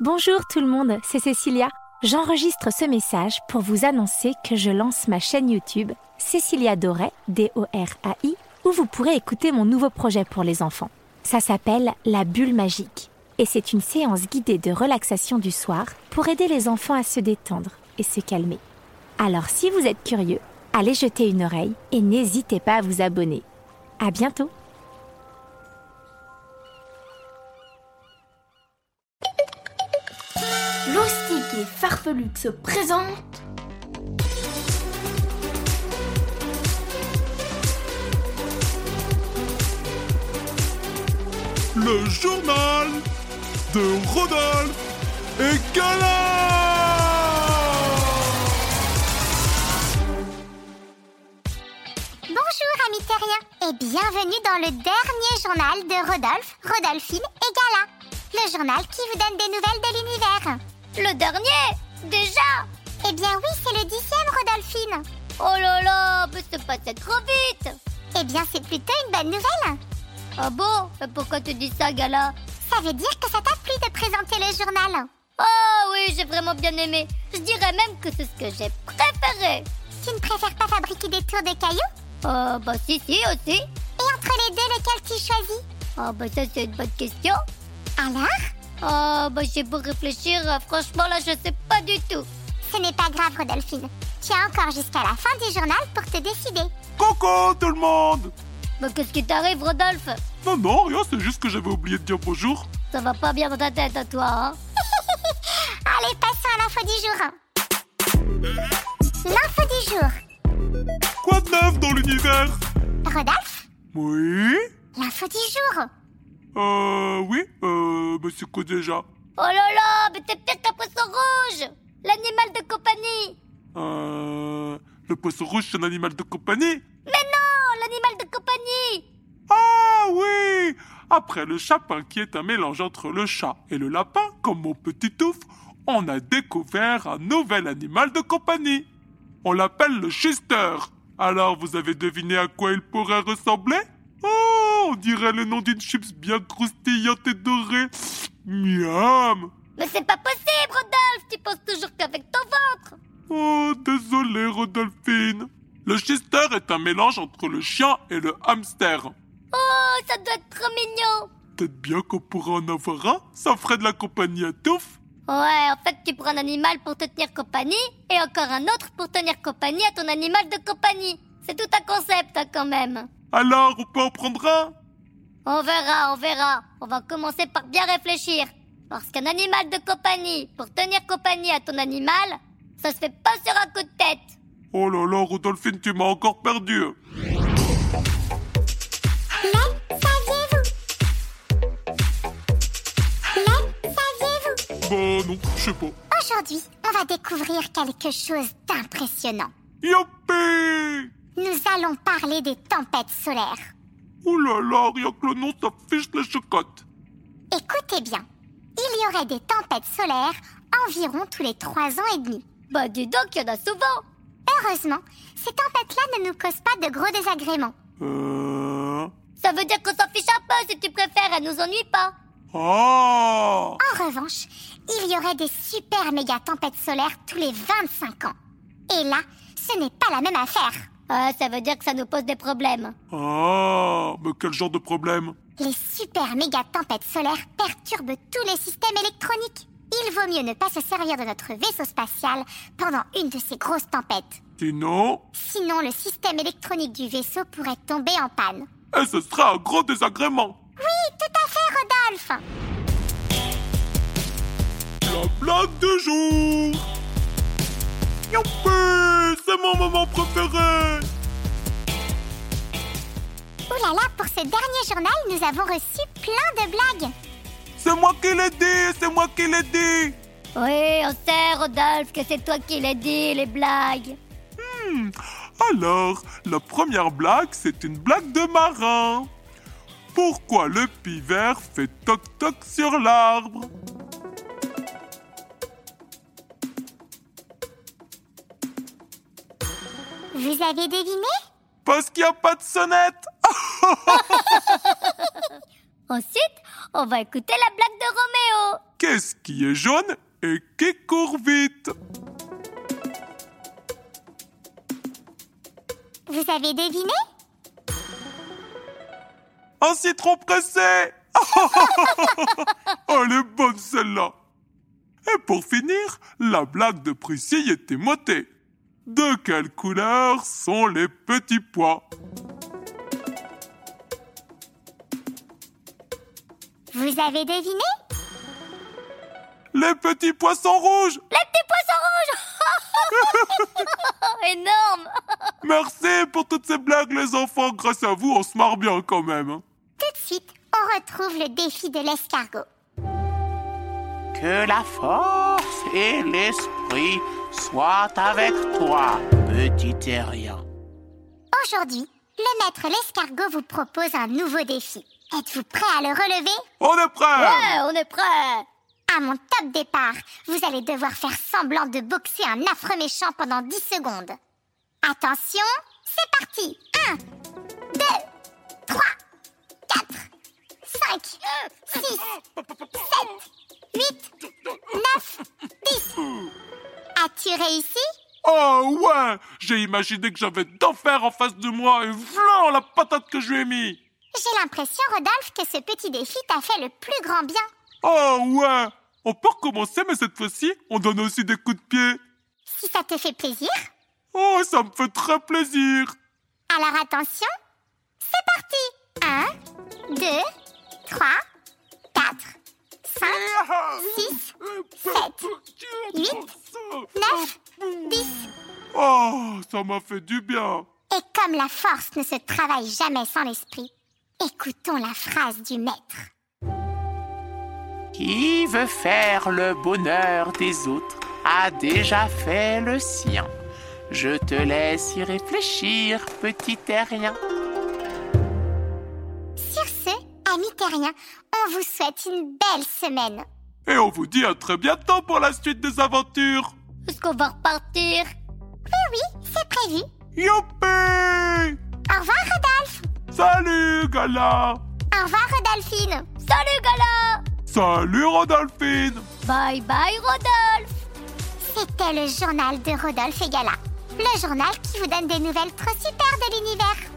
Bonjour tout le monde, c'est Cécilia. J'enregistre ce message pour vous annoncer que je lance ma chaîne YouTube Cécilia Doray, D-O-R-A-I, où vous pourrez écouter mon nouveau projet pour les enfants. Ça s'appelle La Bulle Magique et c'est une séance guidée de relaxation du soir pour aider les enfants à se détendre et se calmer. Alors si vous êtes curieux, allez jeter une oreille et n'hésitez pas à vous abonner. À bientôt. Loustic et Farfelux se présentent le journal de Rodolphe et Gala. Bonjour amis terriens et bienvenue dans le dernier journal de Rodolphe, Rodolphine et Gala. Le journal qui vous donne des nouvelles de l'univers. Le dernier? Déjà? Eh bien oui, c'est le 10e, Rodolphine. Oh là là, mais c'est passé trop vite. Eh bien c'est plutôt une bonne nouvelle. Ah bon? Et pourquoi tu dis ça, Gala? Ça veut dire que ça t'a plu de présenter le journal. Ah oui, j'ai vraiment bien aimé. Je dirais même que c'est ce que j'ai préféré. Tu ne préfères pas fabriquer des tours de cailloux? Bah si aussi. Et entre les deux, lequel tu choisis? Bah ça c'est une bonne question. Alors? Bah j'ai beau réfléchir, franchement là je sais pas du tout. Ce n'est pas grave, Rodolphine. Tu as encore jusqu'à la fin du journal pour te décider. Coucou tout le monde. Bah qu'est-ce qui t'arrive, Rodolphe? Non, rien, c'est juste que j'avais oublié de dire bonjour. Ça va pas bien dans ta tête à toi, hein? Allez, passons à l'info du jour. L'info du jour. Quoi de neuf dans l'univers? Rodolphe? Oui? L'info du jour. Oui, mais c'est quoi déjà? Oh là là, mais t'es pire qu'un poisson rouge! L'animal de compagnie! Le poisson rouge, c'est un animal de compagnie? Mais non, l'animal de compagnie! Ah oui! Après le chapin qui est un mélange entre le chat et le lapin, comme mon petit touffe, on a découvert un nouvel animal de compagnie. On l'appelle le Schuster. Alors, vous avez deviné à quoi il pourrait ressembler? Oh, on dirait le nom d'une chips bien croustillante et dorée. Miam! Mais c'est pas possible, Rodolphe! Tu penses toujours qu'avec ton ventre! Oh, désolé, Rodolphine. Le Schuster est un mélange entre le chien et le hamster. Oh, ça doit être trop mignon! Peut-être bien qu'on pourrait en avoir un. Ça ferait de la compagnie à Touffe. Ouais, en fait, tu prends un animal pour te tenir compagnie et encore un autre pour tenir compagnie à ton animal de compagnie. C'est tout un concept, hein, quand même. Alors, on peut en prendre un? On verra. On va commencer par bien réfléchir. Parce qu'un animal de compagnie, pour tenir compagnie à ton animal, ça se fait pas sur un coup de tête. Oh là là, Rodolphine, tu m'as encore perdu. Bah non, je sais pas. Aujourd'hui, on va découvrir quelque chose d'impressionnant. Youpi! Nous allons parler des tempêtes solaires. Oh là là, rien que le nom, ça fiche les chocottes. Écoutez bien, il y aurait des tempêtes solaires environ tous les 3 ans et demi. Bah dis donc, il y en a souvent. Heureusement, ces tempêtes-là ne nous causent pas de gros désagréments. Ça veut dire qu'on s'en fiche un peu, si tu préfères, elle nous ennuie pas. Ah! En revanche, il y aurait des super méga tempêtes solaires tous les 25 ans. Et là, ce n'est pas la même affaire. Ça veut dire que ça nous pose des problèmes. Ah, mais quel genre de problème? Les super méga tempêtes solaires perturbent tous les systèmes électroniques. Il vaut mieux ne pas se servir de notre vaisseau spatial pendant une de ces grosses tempêtes. Sinon, le système électronique du vaisseau pourrait tomber en panne. Et ce sera un gros désagrément. Oui, tout à fait, Rodolphe. La blague du jour. Youpi, c'est mon moment préféré. Ouh là là, pour ce dernier journal, nous avons reçu plein de blagues. C'est moi qui l'ai dit. Oui, on sait, Rodolphe, que c'est toi qui l'as dit, les blagues. Alors, la première blague, c'est une blague de marin. Pourquoi le pivert fait toc-toc sur l'arbre? Vous avez deviné? Parce qu'il n'y a pas de sonnette. Ensuite, on va écouter la blague de Roméo. Qu'est-ce qui est jaune et qui court vite? Vous avez deviné? Un citron pressé. Oh, elle est bonne celle-là. Et pour finir, la blague de Priscille était motée. De quelle couleur sont les petits pois? Vous avez deviné? Les petits poissons rouges. Les petits poissons rouges. Énorme. Merci pour toutes ces blagues, les enfants. Grâce à vous, on se marre bien quand même. Tout de suite, on retrouve le défi de l'escargot. Que la force et l'esprit soient avec toi, petit terrien. Aujourd'hui, le maître l'escargot vous propose un nouveau défi. Êtes-vous prêt à le relever? On est prêts. Ouais, on est prêts. À mon top départ, vous allez devoir faire semblant de boxer un affreux méchant pendant 10 secondes. Attention, c'est parti. 1, 2, 3, 4, 5, 6, 7, 8, 9, 10. As-tu réussi? Oh ouais, j'ai imaginé que j'avais d'enfer en face de moi et v'là la patate que je lui ai mis. J'ai l'impression, Rodolphe, que ce petit défi t'a fait le plus grand bien. Oh ouais, on peut recommencer, mais cette fois-ci, on donne aussi des coups de pied. Si ça te fait plaisir. Oh, ça me fait très plaisir. Alors attention, c'est parti. 1, 2, 3, 4, 5, 6, 7, 8, 9, 10. Oh, ça m'a fait du bien. Et comme la force ne se travaille jamais sans l'esprit, écoutons la phrase du maître. Qui veut faire le bonheur des autres a déjà fait le sien. Je te laisse y réfléchir, petit terrien. Sur ce, amis terriens, on vous souhaite une belle semaine. Et on vous dit à très bientôt pour la suite des aventures. Est-ce qu'on va repartir? Oui, c'est prévu. Youpi! Au revoir, Rodolphe. Salut, Gala. Au revoir, Rodolphine. Salut, Gala. Salut, Rodolphine. Bye bye, Rodolphe. C'était le journal de Rodolphe et Gala. Le journal qui vous donne des nouvelles trop super de l'univers.